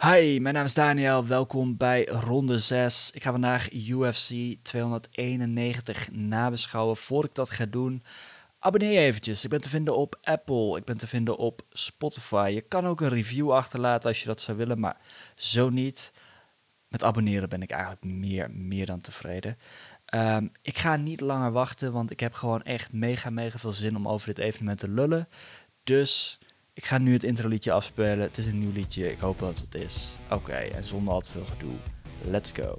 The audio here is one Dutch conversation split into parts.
Hi, mijn naam is Daniel. Welkom bij ronde 6. Ik ga vandaag UFC 291 nabeschouwen. Voor ik dat ga doen, abonneer je eventjes. Ik ben te vinden op Apple, ik ben te vinden op Spotify. Je kan ook een review achterlaten als je dat zou willen, maar zo niet. Met abonneren ben ik eigenlijk meer dan tevreden. Ik ga niet langer wachten, want ik heb gewoon echt mega veel zin om over dit evenement te lullen. Dus ik ga nu het introliedje afspelen. Het is een nieuw liedje. Ik hoop dat het is. Oké, en zonder al te veel gedoe. Let's go.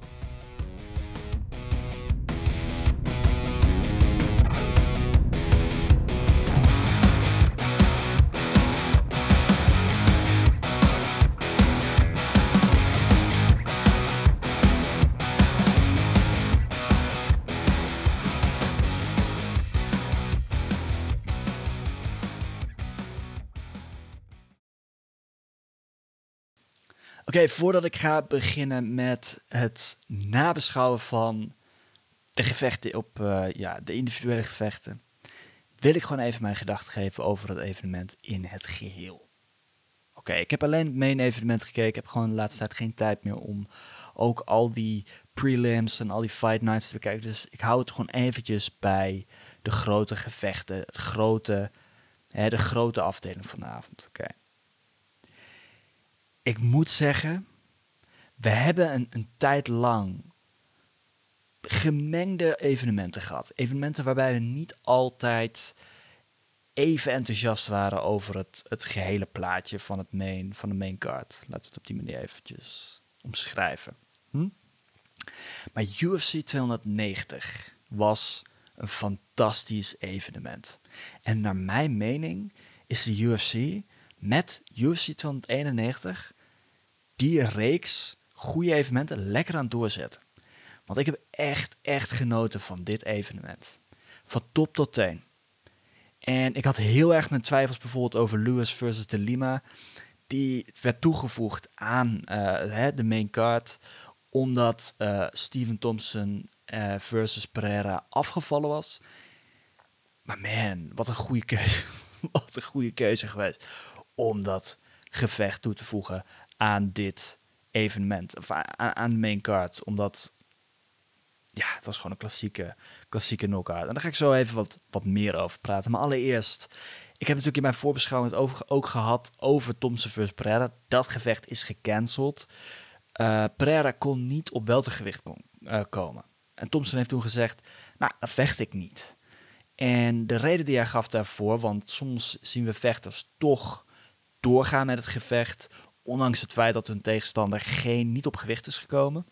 Oké, voordat ik ga beginnen met het nabeschouwen van de gevechten op de individuele gevechten, wil ik gewoon even mijn gedachten geven over het evenement in het geheel. Oké, ik heb alleen het main evenement gekeken. Ik heb gewoon de laatste tijd geen tijd meer om ook al die prelims en al die fight nights te bekijken. Dus ik hou het gewoon eventjes bij de grote gevechten, de grote afdeling van de avond. Oké. Ik moet zeggen, we hebben een tijd lang gemengde evenementen gehad. Evenementen waarbij we niet altijd even enthousiast waren over het gehele plaatje van de main card. Laten we het op die manier eventjes omschrijven. Maar UFC 290 was een fantastisch evenement. En naar mijn mening is de UFC met UFC 291 die reeks goede evenementen lekker aan het doorzetten. Want ik heb echt genoten van dit evenement. Van top tot teen. En ik had heel erg mijn twijfels bijvoorbeeld over Lewis versus De Lima. Die werd toegevoegd aan de main card, omdat Steven Thompson versus Pereira afgevallen was. Maar man, wat een goede keuze. Wat een goede keuze geweest om dat gevecht toe te voegen aan dit evenement. Of aan de main card. Omdat, ja, het was gewoon een klassieke knockout. En daar ga ik zo even wat meer over praten. Maar allereerst, ik heb natuurlijk in mijn voorbeschouwing het ook gehad over Thompson versus Pereira. Dat gevecht is gecanceld. Pereira kon niet op weltergewicht komen. En Thompson heeft toen gezegd, nou, dan vecht ik niet. En de reden die hij gaf daarvoor, want soms zien we vechters toch doorgaan met het gevecht, ondanks het feit dat hun tegenstander niet op gewicht is gekomen.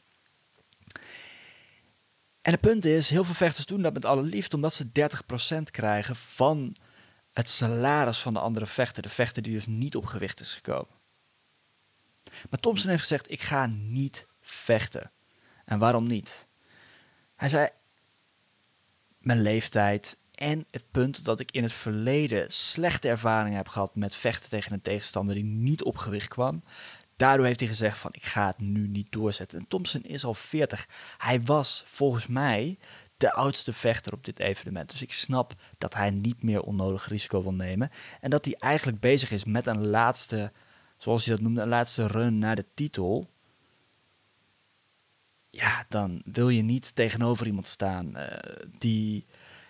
En het punt is, heel veel vechters doen dat met alle liefde, omdat ze 30% krijgen van het salaris van de andere vechter. De vechter die dus niet op gewicht is gekomen. Maar Thompson heeft gezegd, ik ga niet vechten. En waarom niet? Hij zei, mijn leeftijd en het punt dat ik in het verleden slechte ervaringen heb gehad met vechten tegen een tegenstander die niet op gewicht kwam. Daardoor heeft hij gezegd van, ik ga het nu niet doorzetten. En Thompson is al 40. Hij was volgens mij de oudste vechter op dit evenement. Dus ik snap dat hij niet meer onnodig risico wil nemen. En dat hij eigenlijk bezig is met een laatste, zoals hij dat noemde, een laatste run naar de titel. Ja, dan wil je niet tegenover iemand staan die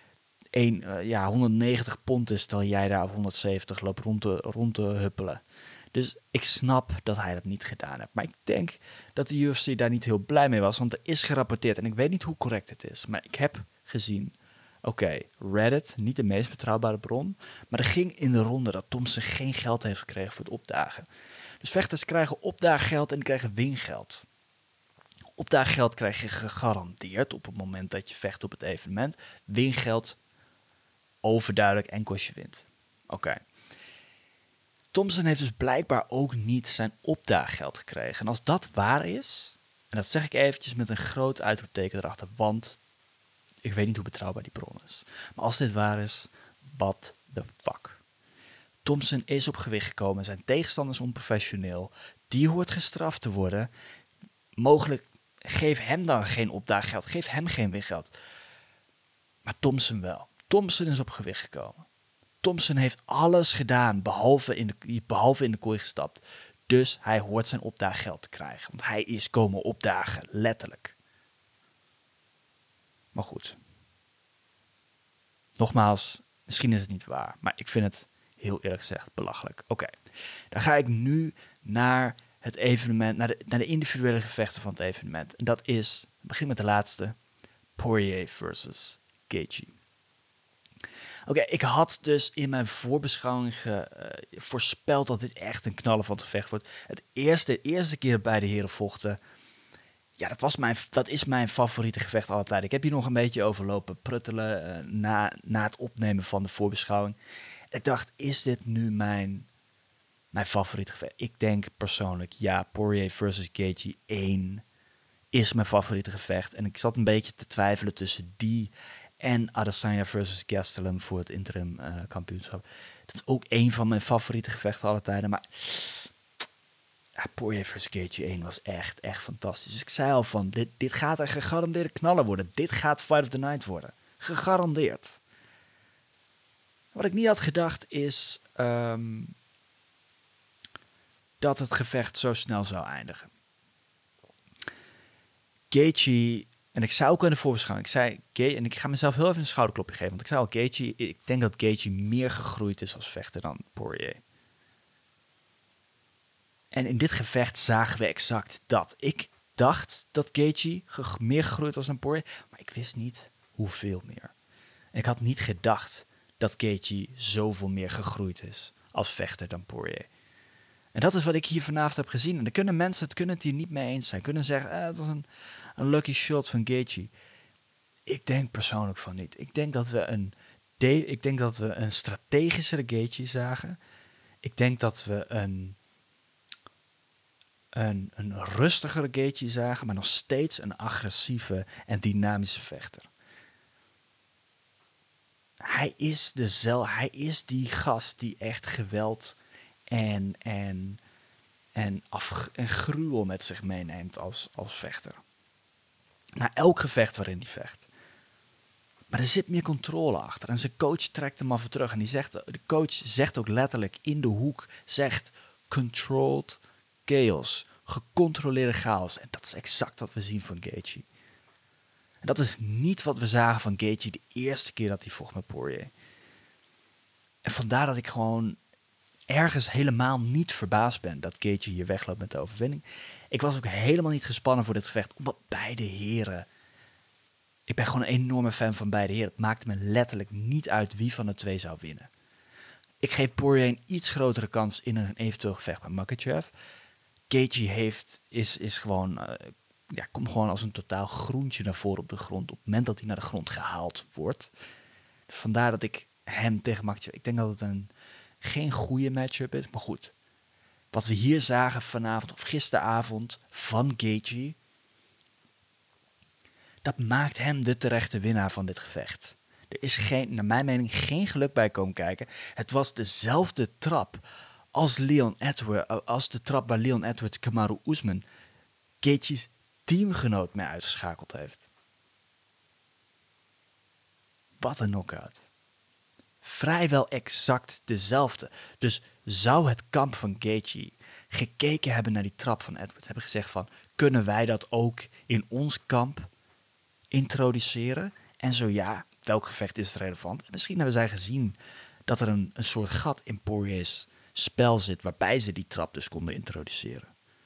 190 pond is, terwijl jij daar op 170 loopt rond te huppelen. Dus ik snap dat hij dat niet gedaan heeft. Maar ik denk dat de UFC daar niet heel blij mee was, want er is gerapporteerd. En ik weet niet hoe correct het is, maar ik heb gezien. Oké, Reddit, niet de meest betrouwbare bron, maar er ging in de ronde dat Thompson geen geld heeft gekregen voor het opdagen. Dus vechters krijgen opdaaggeld en die krijgen wingeld. Opdaaggeld krijg je gegarandeerd op het moment dat je vecht op het evenement. Wingeld overduidelijk enkel als je wint. Oké. Thompson heeft dus blijkbaar ook niet zijn opdaaggeld gekregen. En als dat waar is, en dat zeg ik eventjes met een groot uitroepteken erachter, want ik weet niet hoe betrouwbaar die bron is. Maar als dit waar is, what the fuck? Thompson is op gewicht gekomen, zijn tegenstander is onprofessioneel, die hoort gestraft te worden. Mogelijk, geef hem dan geen opdaaggeld, geef hem geen wingeld. Maar Thompson wel. Thompson is op gewicht gekomen. Thompson heeft alles gedaan, behalve in de kooi gestapt. Dus hij hoort zijn opdaaggeld te krijgen. Want hij is komen opdagen, letterlijk. Maar goed. Nogmaals, misschien is het niet waar. Maar ik vind het heel eerlijk gezegd belachelijk. Oké, dan ga ik nu naar het evenement, naar de individuele gevechten van het evenement. En dat is, ik begin met de laatste, Poirier versus Gaethje. Oké, ik had dus in mijn voorbeschouwing voorspeld dat dit echt een knallen van het gevecht wordt. De eerste keer bij de heren vochten, ja, dat is mijn favoriete gevecht aller tijden. Ik heb hier nog een beetje over lopen pruttelen na het opnemen van de voorbeschouwing. Ik dacht, is dit nu mijn favoriete gevecht? Ik denk persoonlijk, ja, Poirier versus Gaethje 1 is mijn favoriete gevecht. En ik zat een beetje te twijfelen tussen die en Adesanya versus Gastelum voor het interim kampioenschap. Dat is ook een van mijn favoriete gevechten aller tijden. Maar ja, Poirier versus Gaethje 1 was echt fantastisch. Dus ik zei al van, dit gaat een gegarandeerde knaller worden. Dit gaat Fight of the Night worden. Gegarandeerd. Wat ik niet had gedacht is dat het gevecht zo snel zou eindigen. Gaethje, en ik zou ook in de voorbeschouwing, en ik ga mezelf heel even een schouderklopje geven, want ik zei al, Gaethje, ik denk dat Gaethje meer gegroeid is als vechter dan Poirier. En in dit gevecht zagen we exact dat. Ik dacht dat Gaethje meer gegroeid was dan Poirier, maar ik wist niet hoeveel meer. En ik had niet gedacht dat Gaethje zoveel meer gegroeid is als vechter dan Poirier. En dat is wat ik hier vanavond heb gezien. En dan kunnen mensen het hier niet mee eens zijn. Kunnen zeggen, het was een lucky shot van Gaethje. Ik denk persoonlijk van niet. Ik denk dat we een strategischere Gaethje zagen. Ik denk dat we een rustigere Gaethje zagen, maar nog steeds een agressieve en dynamische vechter. Hij is die gast die echt geweld en gruwel met zich meeneemt als vechter. Na elk gevecht waarin hij vecht. Maar er zit meer controle achter. En zijn coach trekt hem af en terug. En de coach zegt ook letterlijk in de hoek, zegt controlled chaos. Gecontroleerde chaos. En dat is exact wat we zien van Gaethje. En dat is niet wat we zagen van Gaethje de eerste keer dat hij vocht met Poirier. En vandaar dat ik gewoon ergens helemaal niet verbaasd ben dat Gaethje hier wegloopt met de overwinning. Ik was ook helemaal niet gespannen voor dit gevecht, omdat beide heren... Ik ben gewoon een enorme fan van beide heren. Het maakte me letterlijk niet uit wie van de twee zou winnen. Ik geef Poirier een iets grotere kans in een eventueel gevecht met Makhachev. Gaethje is gewoon... komt gewoon als een totaal groentje naar voren op de grond. Op het moment dat hij naar de grond gehaald wordt. Dus vandaar dat ik hem tegen Makhachev... Ik denk dat het geen goede matchup is, maar goed. Wat we hier zagen vanavond of gisteravond van Gaethje, dat maakt hem de terechte winnaar van dit gevecht. Er is naar mijn mening geen geluk bij komen kijken. Het was dezelfde trap als de trap waar Leon Edwards Kamaru Usman Gaethje's teamgenoot mee uitgeschakeld heeft. Wat een knockout. Vrijwel exact dezelfde. Dus zou het kamp van Gaethje gekeken hebben naar die trap van Edwards, hebben gezegd van, kunnen wij dat ook in ons kamp introduceren? En zo ja, welk gevecht is relevant? En misschien hebben zij gezien dat er een soort gat in Poirier's spel zit, waarbij ze die trap dus konden introduceren.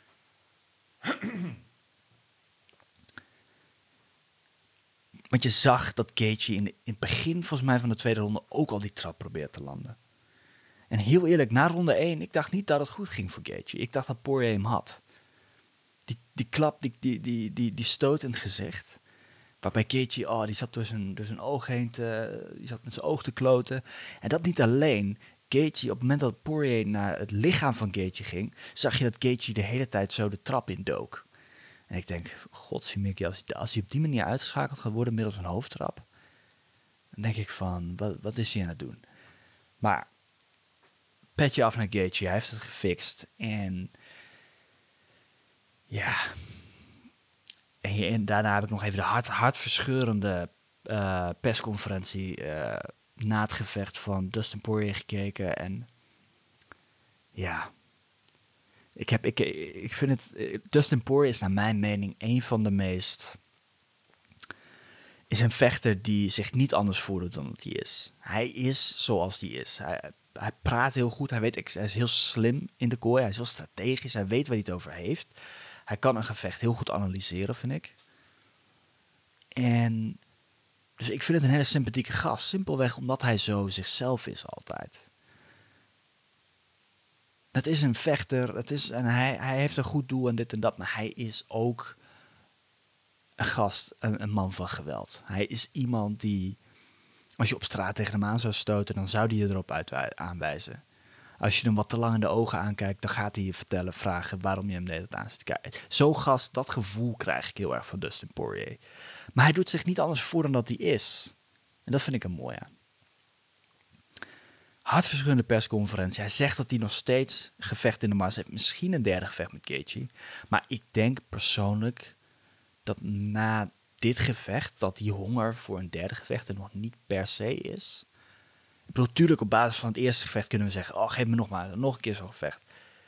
Want je zag dat Gaethje in het begin volgens mij van de tweede ronde ook al die trap probeert te landen. En heel eerlijk, na ronde 1, ik dacht niet dat het goed ging voor Gaethje. Ik dacht dat Poirier hem had. Die klap, die stoot in het gezicht. Waarbij Gaethje, die zat door zijn oog heen die zat met zijn oog te kloten. En dat niet alleen. Gaethje, op het moment dat Poirier naar het lichaam van Gaethje ging, zag je dat Gaethje de hele tijd zo de trap in dook. En ik denk, godzijdank, als hij op die manier uitgeschakeld gaat worden middels een hoofdtrap, dan denk ik van, wat is hij aan het doen? Maar petje af naar Gaethje, hij heeft het gefixt. En ja, en daarna heb ik nog even de hartverscheurende persconferentie na het gevecht van Dustin Poirier gekeken. En ja, Ik vind het... Dustin Poirier is naar mijn mening een van de meest... Is een vechter die zich niet anders voordoet dan dat hij is. Hij is zoals hij is. Hij praat heel goed. Hij is heel slim in de kooi. Hij is heel strategisch. Hij weet waar hij het over heeft. Hij kan een gevecht heel goed analyseren, vind ik. En dus ik vind het een hele sympathieke gast. Simpelweg omdat hij zo zichzelf is altijd. Het is een vechter. Hij heeft een goed doel en dit en dat. Maar hij is ook een gast, een man van geweld. Hij is iemand die, als je op straat tegen hem aan zou stoten, dan zou hij je erop aanwijzen. Als je hem wat te lang in de ogen aankijkt, dan gaat hij je vragen waarom je hem de hele tijd aan zit te kijken. Zo'n gast, dat gevoel krijg ik heel erg van Dustin Poirier. Maar hij doet zich niet anders voor dan dat hij is. En dat vind ik een mooie aan. Hartverscheurende persconferentie. Hij zegt dat hij nog steeds gevecht in de mars heeft. Misschien een derde gevecht met Gaethje. Maar ik denk persoonlijk dat na dit gevecht, dat die honger voor een derde gevecht er nog niet per se is. Ik bedoel, natuurlijk op basis van het eerste gevecht kunnen we zeggen, oh, geef me nog een keer zo'n gevecht.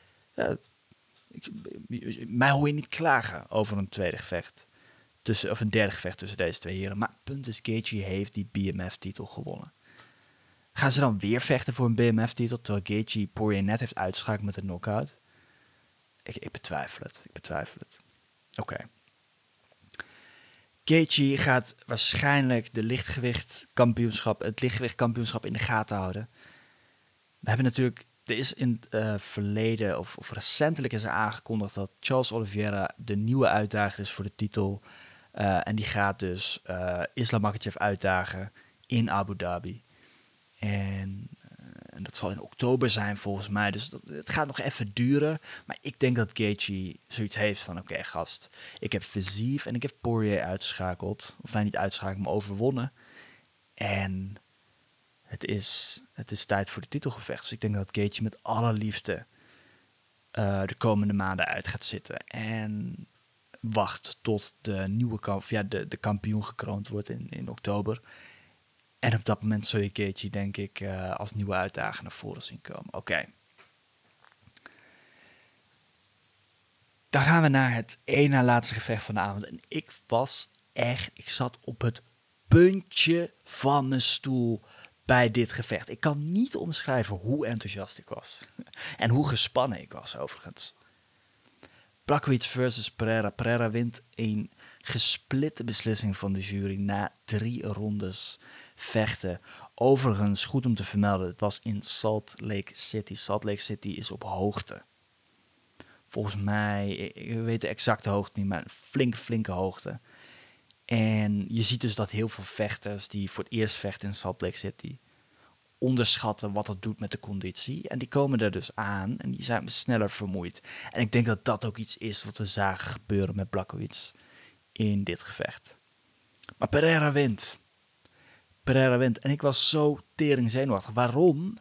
Mij hoor je niet klagen over een tweede gevecht. Of een derde gevecht tussen deze twee heren. Maar het punt is, Gaethje heeft die BMF-titel gewonnen. Gaan ze dan weer vechten voor een BMF-titel, terwijl Gaethje Poirier net heeft uitgeschakeld met een knockout? Ik betwijfel het. Oké. Gaethje gaat waarschijnlijk het lichtgewichtkampioenschap in de gaten houden. We hebben natuurlijk, er is in het verleden, of recentelijk is er aangekondigd dat Charles Oliveira de nieuwe uitdager is voor de titel. En die gaat dus Islam Makhachev uitdagen in Abu Dhabi. En dat zal in oktober zijn volgens mij. Dus het gaat nog even duren. Maar ik denk dat Gaethje zoiets heeft van, oké, gast. Ik heb Fiziev en ik heb Poirier uitgeschakeld. Of niet uitgeschakeld, maar overwonnen. En het is tijd voor de titelgevecht. Dus ik denk dat Gaethje met alle liefde de komende maanden uit gaat zitten. En wacht tot de kampioen gekroond wordt in oktober. En op dat moment zul je Gaethje, denk ik, als nieuwe uitdager naar voren zien komen. Oké. Dan gaan we naar het één na laatste gevecht van de avond. En ik zat op het puntje van mijn stoel bij dit gevecht. Ik kan niet omschrijven hoe enthousiast ik was. En hoe gespannen ik was, overigens. Blachowicz versus Pereira. Pereira wint een gesplitte beslissing van de jury na 3 rondes vechten. Overigens, goed om te vermelden, het was in Salt Lake City. Salt Lake City is op hoogte. Volgens mij, ik weet de exacte hoogte niet, maar een flinke hoogte. En je ziet dus dat heel veel vechters die voor het eerst vechten in Salt Lake City onderschatten wat het doet met de conditie. En die komen er dus aan en die zijn sneller vermoeid. En ik denk dat dat ook iets is wat we zagen gebeuren met Blachowicz in dit gevecht. Maar Pereira wint. En ik was zo tering zenuwachtig. Waarom?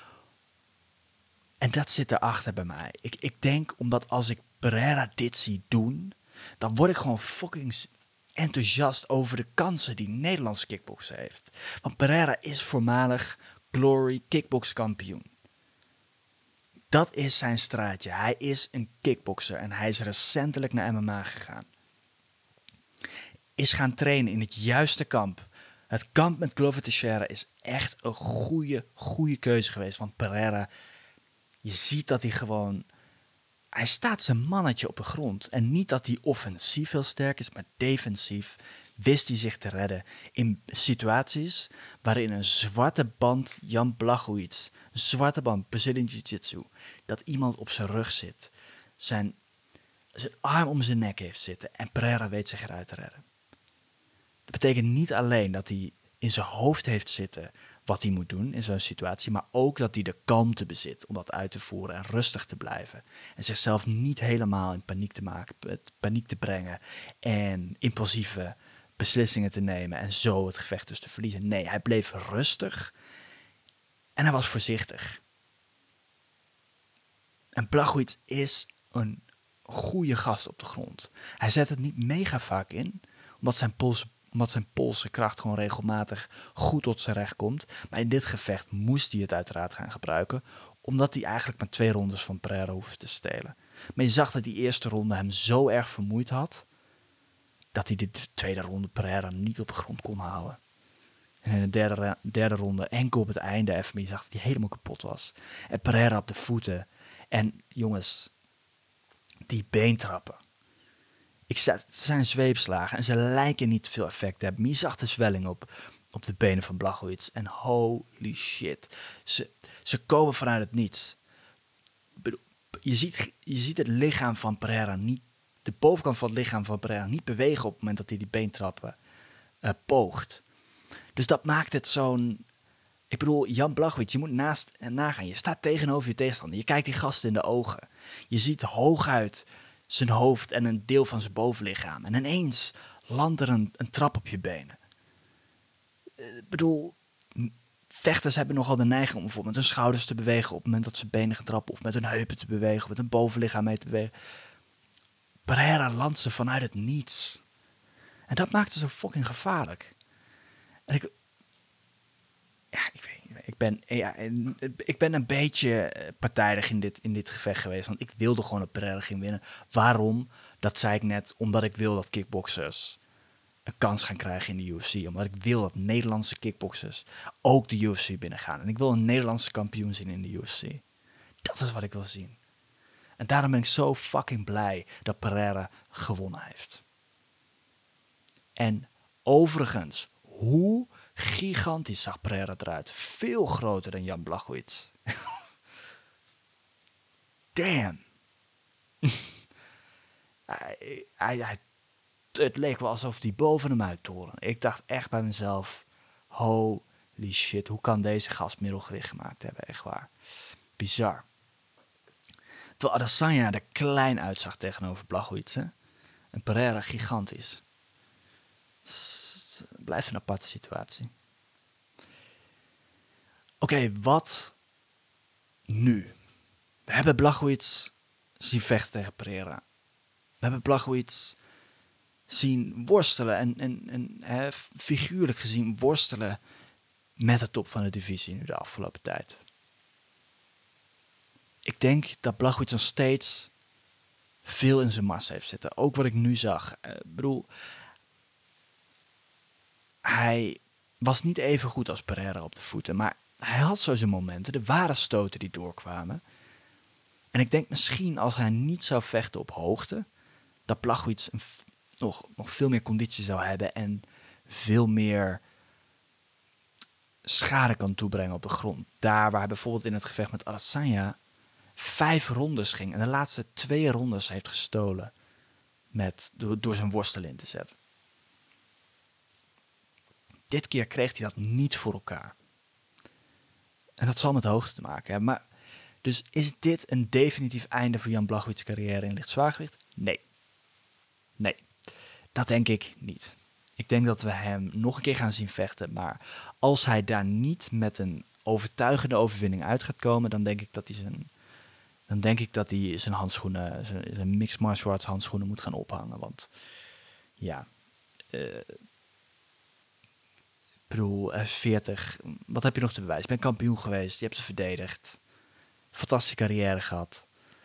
En dat zit erachter bij mij. Ik denk omdat als ik Pereira dit zie doen, dan word ik gewoon fucking enthousiast over de kansen die Nederlandse kickboksen heeft. Want Pereira is voormalig Glory kickbox kampioen. Dat is zijn straatje. Hij is een kickbokser en hij is recentelijk naar MMA gegaan. Is gaan trainen in het juiste kamp. Het kamp met Glover Teixeira is echt een goede keuze geweest. Want Pereira, je ziet dat hij staat zijn mannetje op de grond. En niet dat hij offensief heel sterk is, maar defensief wist hij zich te redden in situaties waarin een zwarte band, Jan Blachowicz, een zwarte band, Brazilian Jiu-Jitsu, dat iemand op zijn rug zit, zijn arm om zijn nek heeft zitten en Pereira weet zich eruit te redden. Dat betekent niet alleen dat hij in zijn hoofd heeft zitten wat hij moet doen in zo'n situatie, maar ook dat hij de kalmte bezit om dat uit te voeren en rustig te blijven. En zichzelf niet helemaal in paniek te brengen en impulsieve beslissingen te nemen en zo het gevecht dus te verliezen. Nee, hij bleef rustig en hij was voorzichtig. En Blachowicz is een goede gast op de grond. Hij zet het niet mega vaak in, omdat zijn Poolse kracht gewoon regelmatig goed tot zijn recht komt. Maar in dit gevecht moest hij het uiteraard gaan gebruiken, omdat hij eigenlijk maar 2 rondes van Pereira hoefde te stelen. Maar je zag dat die eerste ronde hem zo erg vermoeid had, dat hij de tweede ronde Pereira niet op de grond kon houden. En in de derde ronde, enkel op het einde even, maar je zag dat hij helemaal kapot was. En Pereira op de voeten. En jongens, die beentrappen. Het zijn zweepslagen en ze lijken niet veel effect te hebben. Maar je zag de zwelling op de benen van Blachowicz. En holy shit, ze komen vanuit het niets. Je ziet het lichaam van Pereira niet, de bovenkant van het lichaam van Pereira niet bewegen op het moment dat hij die beentrappen poogt. Dus dat maakt het zo'n... Ik bedoel, Jan Blachowicz, je moet nagaan. Je staat tegenover je tegenstander. Je kijkt die gast in de ogen. Je ziet hooguit zijn hoofd en een deel van zijn bovenlichaam. En ineens landt er een trap op je benen. Ik bedoel, vechters hebben nogal de neiging om bijvoorbeeld met hun schouders te bewegen op het moment dat ze benen gaan trappen. Of met hun heupen te bewegen, of met hun bovenlichaam mee te bewegen. Pereira landt ze vanuit het niets. En dat maakt het zo fucking gevaarlijk. En ik ben een beetje partijdig in dit gevecht geweest. Want ik wilde gewoon dat Pereira ging winnen. Waarom? Dat zei ik net. Omdat ik wil dat kickboxers een kans gaan krijgen in de UFC. Omdat ik wil dat Nederlandse kickboxers ook de UFC binnengaan. En ik wil een Nederlandse kampioen zien in de UFC. Dat is wat ik wil zien. En daarom ben ik zo fucking blij dat Pereira gewonnen heeft. En overigens, hoe gigantisch zag Pereira eruit. Veel groter dan Jan Blachowicz. Damn. Het leek wel alsof hij boven hem uittoren. Ik dacht echt bij mezelf, holy shit, hoe kan deze gast middelgericht gemaakt hebben? Echt waar. Bizar. Terwijl Adesanya er klein uitzag tegenover Blachowicz. Hè? En Pereira gigantisch. Het blijft een aparte situatie. Oké, wat nu? We hebben Blachowicz zien vechten tegen Pereira. We hebben Blachowicz zien worstelen en figuurlijk gezien worstelen met de top van de divisie nu de afgelopen tijd. Ik denk dat Blachowicz nog steeds veel in zijn massa heeft zitten. Ook wat ik nu zag. Ik bedoel, hij was niet even goed als Pereira op de voeten, maar hij had zo zijn momenten. Er waren stoten die doorkwamen. En ik denk misschien als hij niet zou vechten op hoogte, dat Blachowicz nog veel meer conditie zou hebben en veel meer schade kan toebrengen op de grond. Daar waar hij bijvoorbeeld in het gevecht met Adesanya 5 rondes ging en de laatste 2 rondes heeft gestolen door zijn worstelen in te zetten. Dit keer kreeg hij dat niet voor elkaar. En dat zal met hoogte te maken hebben. Maar, dus is dit een definitief einde voor Jan Blachowicz' carrière in lichtzwaargewicht? Nee. Nee, dat denk ik niet. Ik denk dat we hem nog een keer gaan zien vechten. Maar als hij daar niet met een overtuigende overwinning uit gaat komen, dan denk ik dat hij zijn handschoenen, zijn mixed martial arts handschoenen moet gaan ophangen. Want ja, ik bedoel, 40, wat heb je nog te bewijzen? Je bent kampioen geweest, je hebt ze verdedigd. Fantastische carrière gehad.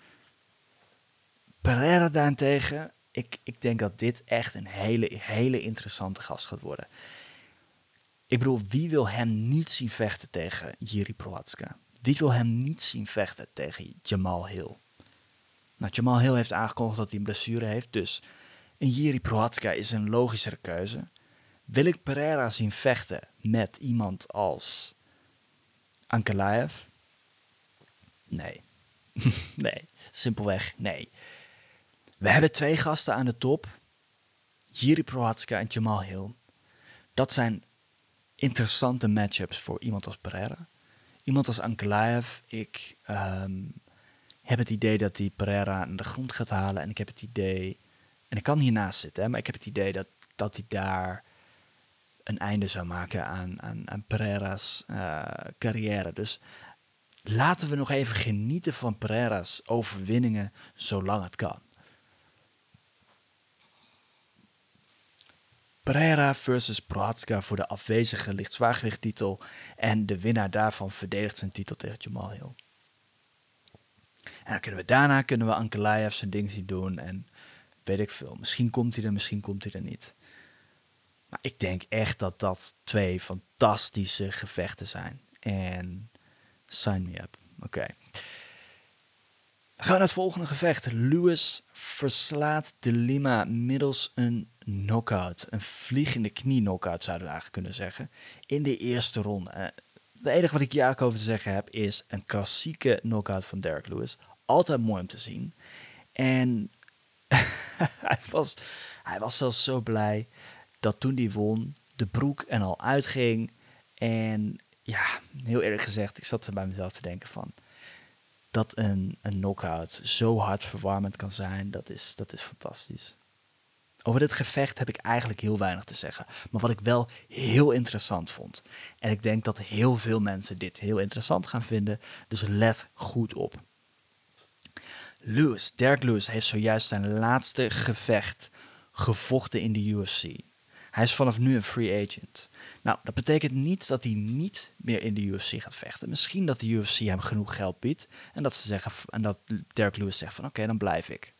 Pereira daarentegen, ik denk dat dit echt een hele interessante gast gaat worden. Ik bedoel, wie wil hem niet zien vechten tegen Jiri Prochazka? Wie wil hem niet zien vechten tegen Jamal Hill? Nou, Jamal Hill heeft aangekondigd dat hij een blessure heeft, dus een Jiri Prochazka is een logischere keuze. Wil ik Pereira zien vechten met iemand als Ankalaev? Nee. Nee, simpelweg nee. We hebben 2 gasten aan de top. Jiri Prochazka en Jamal Hill. Dat zijn interessante matchups voor iemand als Pereira. Iemand als Ankalaev, ik heb het idee dat hij Pereira aan de grond gaat halen. En ik heb het idee, en ik kan hiernaast zitten, maar ik heb het idee dat hij daar een einde zou maken aan Pereira's carrière. Dus laten we nog even genieten van Pereira's overwinningen zolang het kan. Pereira versus Prochazka voor de afwezige lichtzwaargewichttitel en de winnaar daarvan verdedigt zijn titel tegen Jamal Hill. En dan kunnen we Ankalaev zijn ding zien doen. En weet ik veel. Misschien komt hij er, misschien komt hij er niet. Maar ik denk echt dat dat 2 fantastische gevechten zijn. En sign me up. Oké. We gaan naar het volgende gevecht. Lewis verslaat De Lima middels een knockout. Een vliegende knie-knockout zouden we eigenlijk kunnen zeggen. In de eerste ronde. Het enige wat ik hier eigenlijk over te zeggen heb is een klassieke knockout van Derek Lewis. Altijd mooi om te zien. En hij was zelfs zo blij dat toen hij won de broek en al uitging. En ja, heel eerlijk gezegd, ik zat er bij mezelf te denken van... dat een knockout zo hartverwarmend kan zijn, dat is fantastisch. Over dit gevecht heb ik eigenlijk heel weinig te zeggen. Maar wat ik wel heel interessant vond. En ik denk dat heel veel mensen dit heel interessant gaan vinden. Dus let goed op. Derek Lewis heeft zojuist zijn laatste gevecht gevochten in de UFC. Hij is vanaf nu een free agent. Nou, dat betekent niet dat hij niet meer in de UFC gaat vechten. Misschien dat de UFC hem genoeg geld biedt en dat Derek Lewis zegt van oké, dan blijf ik.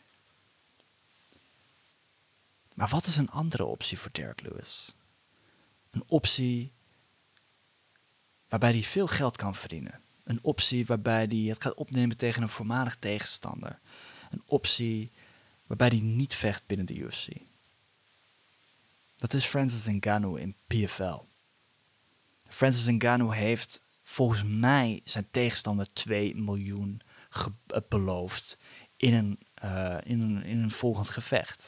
Maar wat is een andere optie voor Derek Lewis? Een optie waarbij hij veel geld kan verdienen. Een optie waarbij hij het gaat opnemen tegen een voormalig tegenstander. Een optie waarbij hij niet vecht binnen de UFC. Dat is Francis Ngannou in PFL. Francis Ngannou heeft volgens mij zijn tegenstander 2 miljoen beloofd in een volgend gevecht.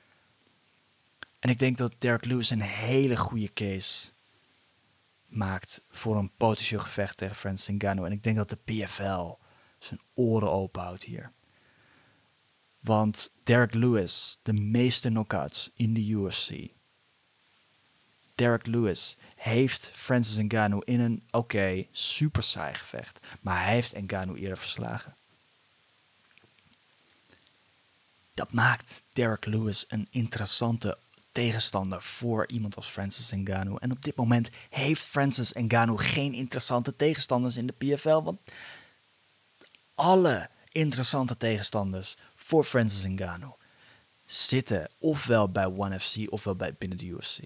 En ik denk dat Derek Lewis een hele goede case maakt voor een potentieel gevecht tegen Francis Ngannou. En ik denk dat de PFL zijn oren open houdt hier. Want Derek Lewis, de meeste knockouts in de UFC. Derek Lewis heeft Francis Ngannou in een super saai gevecht. Maar hij heeft Ngannou eerder verslagen. Dat maakt Derek Lewis een interessante tegenstander voor iemand als Francis Ngannou. En op dit moment heeft Francis Ngannou geen interessante tegenstanders in de PFL. Want alle interessante tegenstanders voor Francis Ngannou zitten ofwel bij ONE FC ofwel binnen de UFC.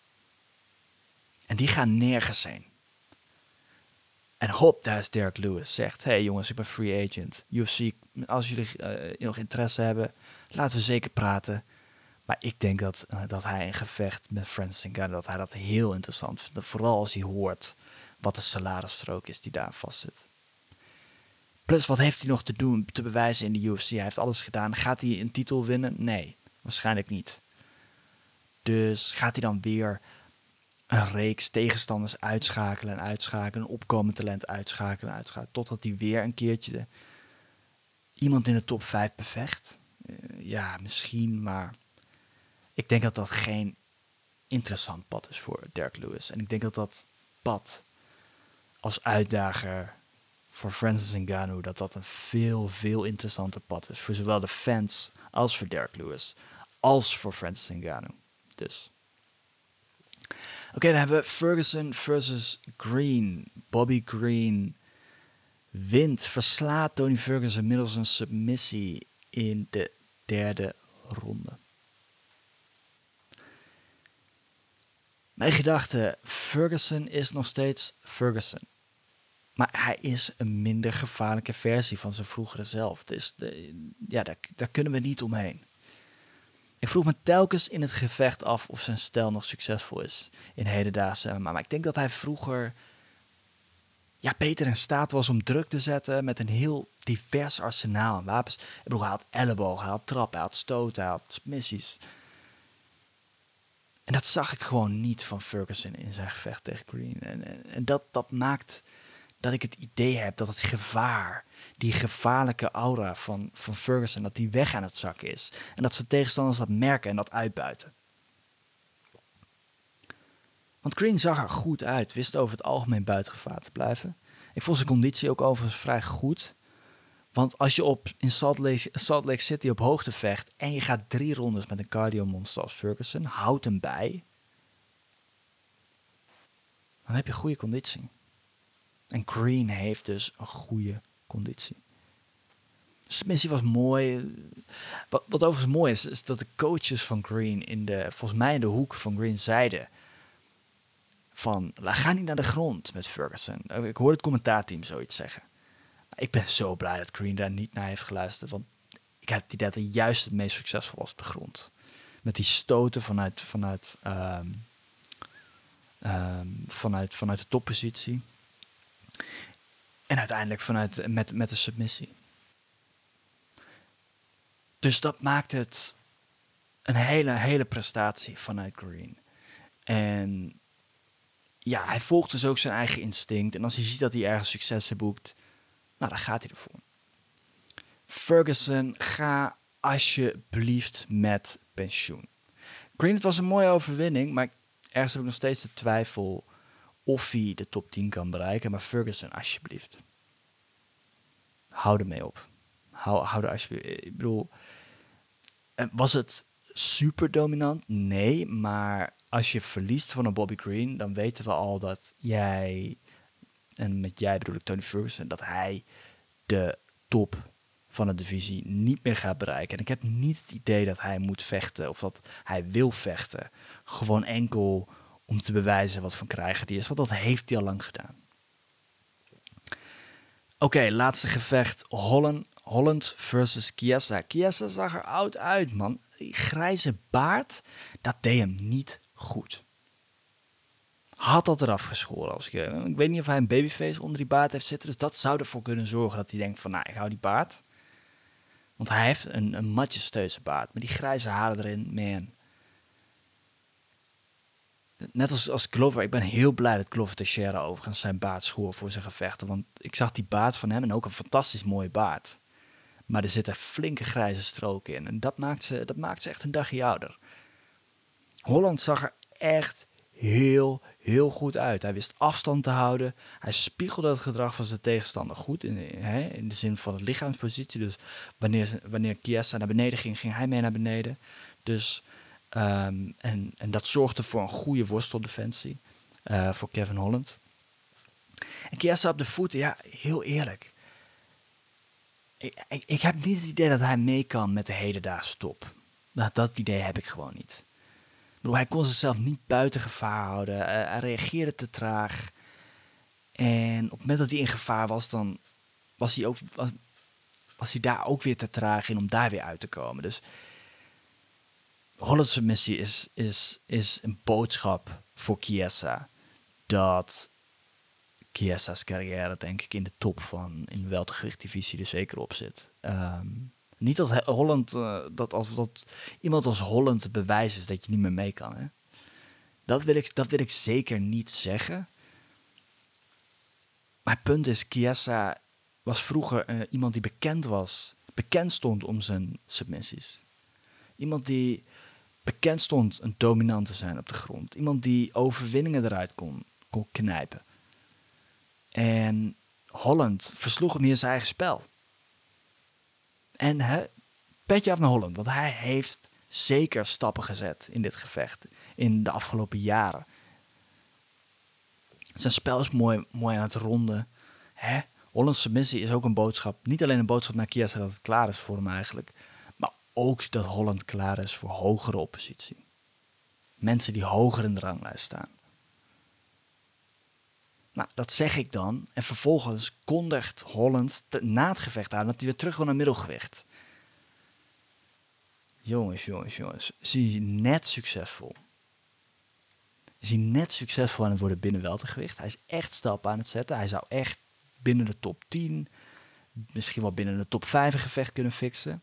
En die gaan nergens heen. En hop, daar is Derek Lewis. Zegt, hey jongens, ik ben free agent. UFC, als jullie nog interesse hebben, laten we zeker praten. Maar ik denk dat hij een gevecht met Francis Ngannou, dat hij dat heel interessant vindt. Vooral als hij hoort wat de salarisstrook is die daar vast zit. Plus, wat heeft hij nog te bewijzen in de UFC? Hij heeft alles gedaan. Gaat hij een titel winnen? Nee, waarschijnlijk niet. Dus gaat hij dan weer een reeks tegenstanders uitschakelen, een opkomend talent uitschakelen, totdat hij weer een keertje iemand in de top 5 bevecht? Ja, misschien, maar ik denk dat dat geen interessant pad is voor Derek Lewis. En ik denk dat pad als uitdager voor Francis Ngannou, dat een veel interessanter pad is. Voor zowel de fans als voor Derek Lewis, als voor Francis Ngannou. Dus. Oké, dan hebben we Ferguson versus Green. Bobby Green verslaat Tony Ferguson middels een submissie in de 3e ronde. Mijn gedachte, Ferguson is nog steeds Ferguson. Maar hij is een minder gevaarlijke versie van zijn vroegere zelf. Dus daar kunnen we niet omheen. Ik vroeg me telkens in het gevecht af of zijn stijl nog succesvol is in hedendaagse MMA. Maar ik denk dat hij vroeger beter in staat was om druk te zetten met een heel divers arsenaal aan wapens. Hij had ellebogen, hij had trappen, hij had stoten, hij had missies. En dat zag ik gewoon niet van Ferguson in zijn gevecht tegen Green. En dat maakt dat ik het idee heb dat het gevaar, die gevaarlijke aura van Ferguson, dat die weg aan het zakken is. En dat zijn tegenstanders dat merken en dat uitbuiten. Want Green zag er goed uit, wist over het algemeen buiten gevaar te blijven. Ik vond zijn conditie ook overigens vrij goed. Want als je in Salt Lake City op hoogte vecht en je gaat 3 rondes met een cardio-monster als Ferguson, houd hem bij, dan heb je goede conditie. En Green heeft dus een goede conditie. De submissie was mooi. Wat overigens mooi is dat de coaches van Green volgens mij in de hoek van Green zeiden van, ga niet naar de grond met Ferguson. Ik hoorde het commentaarteam zoiets zeggen. Ik ben zo blij dat Green daar niet naar heeft geluisterd, want ik heb het idee dat hij juist het meest succesvol was op de grond. Met die stoten vanuit de toppositie. En uiteindelijk met de submissie. Dus dat maakt het een hele prestatie vanuit Green. En ja, hij volgt dus ook zijn eigen instinct. En als hij ziet dat hij ergens successen boekt, nou, dan gaat hij ervoor. Ferguson, ga alsjeblieft met pensioen. Green, het was een mooie overwinning, maar ergens heb ik nog steeds de twijfel of hij de top 10 kan bereiken. Maar Ferguson, alsjeblieft. Hou ermee op. Hou er alsjeblieft. Ik bedoel, was het super dominant? Nee, maar als je verliest van een Bobby Green, dan weten we al dat jij, en met jij bedoel ik Tony Ferguson, dat hij de top van de divisie niet meer gaat bereiken. En ik heb niet het idee dat hij moet vechten of dat hij wil vechten. Gewoon enkel om te bewijzen wat voor krijger die is, want dat heeft hij al lang gedaan. Oké, laatste gevecht. Holland versus Chiesa. Chiesa zag er oud uit, man. Die grijze baard, dat deed hem niet goed. Had dat eraf geschoren. Ik weet niet of hij een babyface onder die baard heeft zitten. Dus dat zou ervoor kunnen zorgen dat hij denkt van, nou, ik hou die baard. Want hij heeft een matjesteuze baard. Maar die grijze haren erin, man. Net als Glover. Ik ben heel blij dat Glover Teixeira overigens zijn baard schoor voor zijn gevechten. Want ik zag die baard van hem en ook een fantastisch mooie baard. Maar er zitten flinke grijze stroken in. En dat maakt ze echt een dagje ouder. Holland zag er echt heel goed uit. Hij wist afstand te houden. Hij spiegelde het gedrag van zijn tegenstander goed. In de zin van het lichaamspositie. Dus wanneer Chiesa naar beneden ging, ging hij mee naar beneden. Dus, en dat zorgde voor een goede worsteldefensie. Voor Kevin Holland. En Chiesa op de voeten, ja, heel eerlijk. Ik heb niet het idee dat hij mee kan met de hedendaagse top. Dat idee heb ik gewoon niet. Ik bedoel, hij kon zichzelf niet buiten gevaar houden. Hij reageerde te traag. En op het moment dat hij in gevaar was, dan was hij daar ook weer te traag in om daar weer uit te komen. Dus Holland's missie is een boodschap voor Chiesa. Dat Chiesa's carrière, denk ik, in de top van in de weltergewichtdivisie er zeker op zit. Niet dat Holland, dat iemand als Holland het bewijs is dat je niet meer mee kan. Hè? Dat wil ik zeker niet zeggen. Mijn punt is, Chiesa was vroeger iemand die bekend stond om zijn submissies. Iemand die bekend stond een dominant te zijn op de grond. Iemand die overwinningen eruit kon knijpen. En Holland versloeg hem hier zijn eigen spel. En petje af naar Holland, want hij heeft zeker stappen gezet in dit gevecht. In de afgelopen jaren. Zijn spel is mooi aan het ronden. Holland's submissie is ook een boodschap. Niet alleen een boodschap naar Chiesa dat het klaar is voor hem eigenlijk. Maar ook dat Holland klaar is voor hogere oppositie. Mensen die hoger in de ranglijst staan. Nou, dat zeg ik dan. En vervolgens kondigt Holland na het gevecht aan dat hij weer terug wil naar middelgewicht. Jongens. Is hij net succesvol? Is hij net succesvol aan het worden binnen weltergewicht? Hij is echt stappen aan het zetten. Hij zou echt binnen de top 10, misschien wel binnen de top 5 een gevecht kunnen fixen.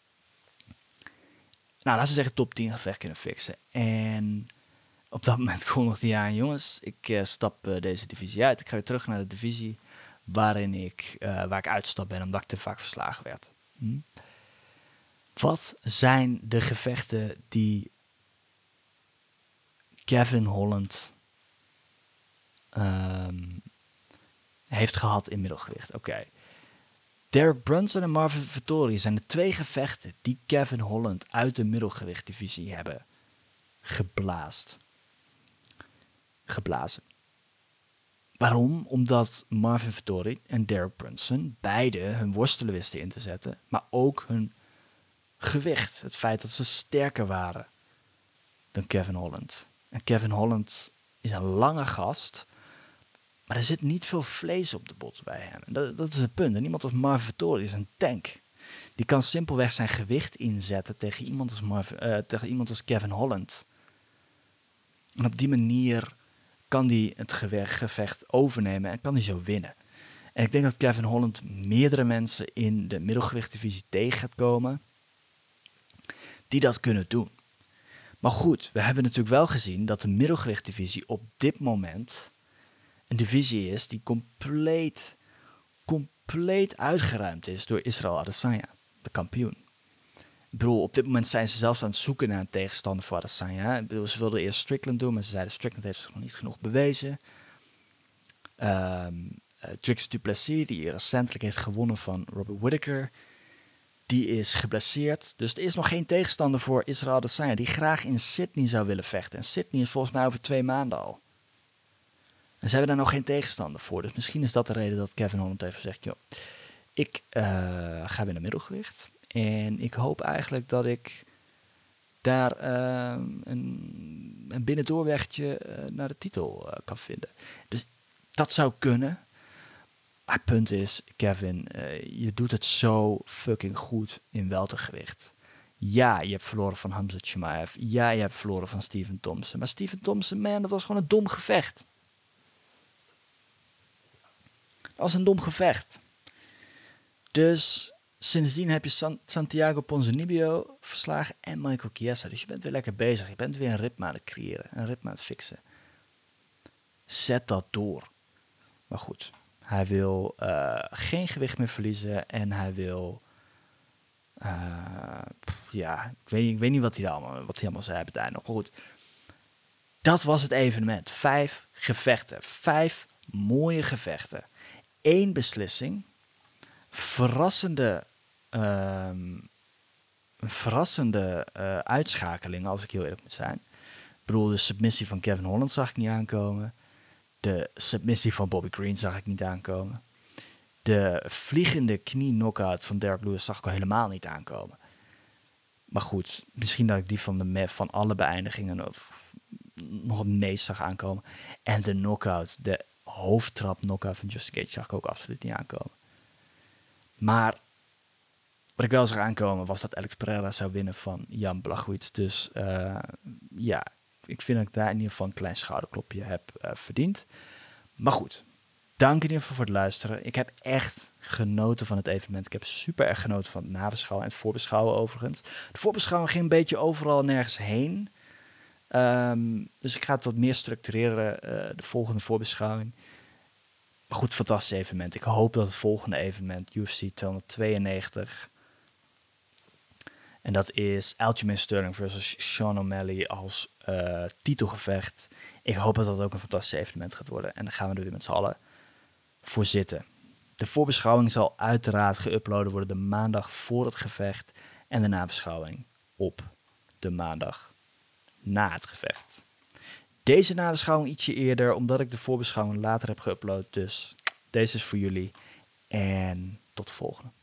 Nou, laten we zeggen top 10 gevecht kunnen fixen. En op dat moment kondigde hij aan, jongens, ik stap deze divisie uit. Ik ga weer terug naar de divisie waar ik uitstap ben, omdat ik te vaak verslagen werd. Wat zijn de gevechten die Kevin Holland heeft gehad in middelgewicht? Oké. Derek Brunson en Marvin Vettori zijn de 2 gevechten die Kevin Holland uit de middelgewichtdivisie hebben geblazen. Waarom? Omdat Marvin Vettori en Derek Brunson beide hun worstelen wisten in te zetten, maar ook hun gewicht. Het feit dat ze sterker waren dan Kevin Holland. En Kevin Holland is een lange gast, maar er zit niet veel vlees op de bot bij hem. En dat is het punt. En iemand als Marvin Vettori is een tank. Die kan simpelweg zijn gewicht inzetten tegen iemand als Kevin Holland. En op die manier kan hij het gevecht overnemen en kan hij zo winnen. En ik denk dat Kevin Holland meerdere mensen in de middelgewichtdivisie tegen gaat komen die dat kunnen doen. Maar goed, we hebben natuurlijk wel gezien dat de middelgewichtdivisie op dit moment een divisie is die compleet uitgeruimd is door Israel Adesanya, de kampioen. Ik bedoel, op dit moment zijn ze zelfs aan het zoeken naar een tegenstander voor Adesanya. Ik bedoel, ze wilden eerst Strickland doen, maar ze zeiden Strickland heeft zich nog niet genoeg bewezen. Dricus du Plessis, die recentelijk heeft gewonnen van Robert Whittaker, die is geblesseerd. Dus er is nog geen tegenstander voor Israel Adesanya, die graag in Sydney zou willen vechten. En Sydney is volgens mij over 2 maanden al. En ze hebben daar nog geen tegenstander voor. Dus misschien is dat de reden dat Kevin Holland heeft gezegd, joh, ik ga weer naar middelgewicht. En ik hoop eigenlijk dat ik daar een binnendoorwegje naar de titel kan vinden. Dus dat zou kunnen. Maar het punt is, Kevin, je doet het zo fucking goed in weltergewicht. Ja, je hebt verloren van Khamzat Chimaev. Ja, je hebt verloren van Stephen Thompson. Maar Stephen Thompson, man, dat was gewoon een dom gevecht. Dat was een dom gevecht. Dus sindsdien heb je Santiago Ponzinibbio verslagen en Michael Chiesa. Dus je bent weer lekker bezig. Je bent weer een ritme aan het creëren. Een ritme aan het fixen. Zet dat door. Maar goed, hij wil geen gewicht meer verliezen. En hij wil... ik weet niet wat hij allemaal zei op het einde nog. Maar goed, dat was het evenement. 5 gevechten. 5 mooie gevechten. 1 beslissing. Verrassende uitschakelingen, als ik heel eerlijk moet zijn. Ik bedoel, de submissie van Kevin Holland zag ik niet aankomen. De submissie van Bobby Green zag ik niet aankomen. De vliegende knie-knockout van Derek Lewis zag ik al helemaal niet aankomen. Maar goed, misschien dat ik die van alle beëindigingen nog het meest zag aankomen. En de knockout, de hoofdtrap-knockout van Justin Gaethje zag ik ook absoluut niet aankomen. Maar wat ik wel zag aankomen was dat Alex Pereira zou winnen van Jan Blachowicz. Dus ik vind dat ik daar in ieder geval een klein schouderklopje heb verdiend. Maar goed, dank in ieder geval voor het luisteren. Ik heb echt genoten van het evenement. Ik heb super erg genoten van het nabeschouwen en het voorbeschouwen overigens. De voorbeschouwing ging een beetje overal nergens heen. Dus ik ga het wat meer structureren, de volgende voorbeschouwing. Maar goed, fantastisch evenement. Ik hoop dat het volgende evenement, UFC 292... en dat is Aljamain Sterling versus Sean O'Malley als titelgevecht. Ik hoop dat dat ook een fantastisch evenement gaat worden. En dan gaan we er weer met z'n allen voor zitten. De voorbeschouwing zal uiteraard geüpload worden de maandag voor het gevecht. En de nabeschouwing op de maandag na het gevecht. Deze nabeschouwing ietsje eerder, omdat ik de voorbeschouwing later heb geüpload. Dus deze is voor jullie. En tot de volgende.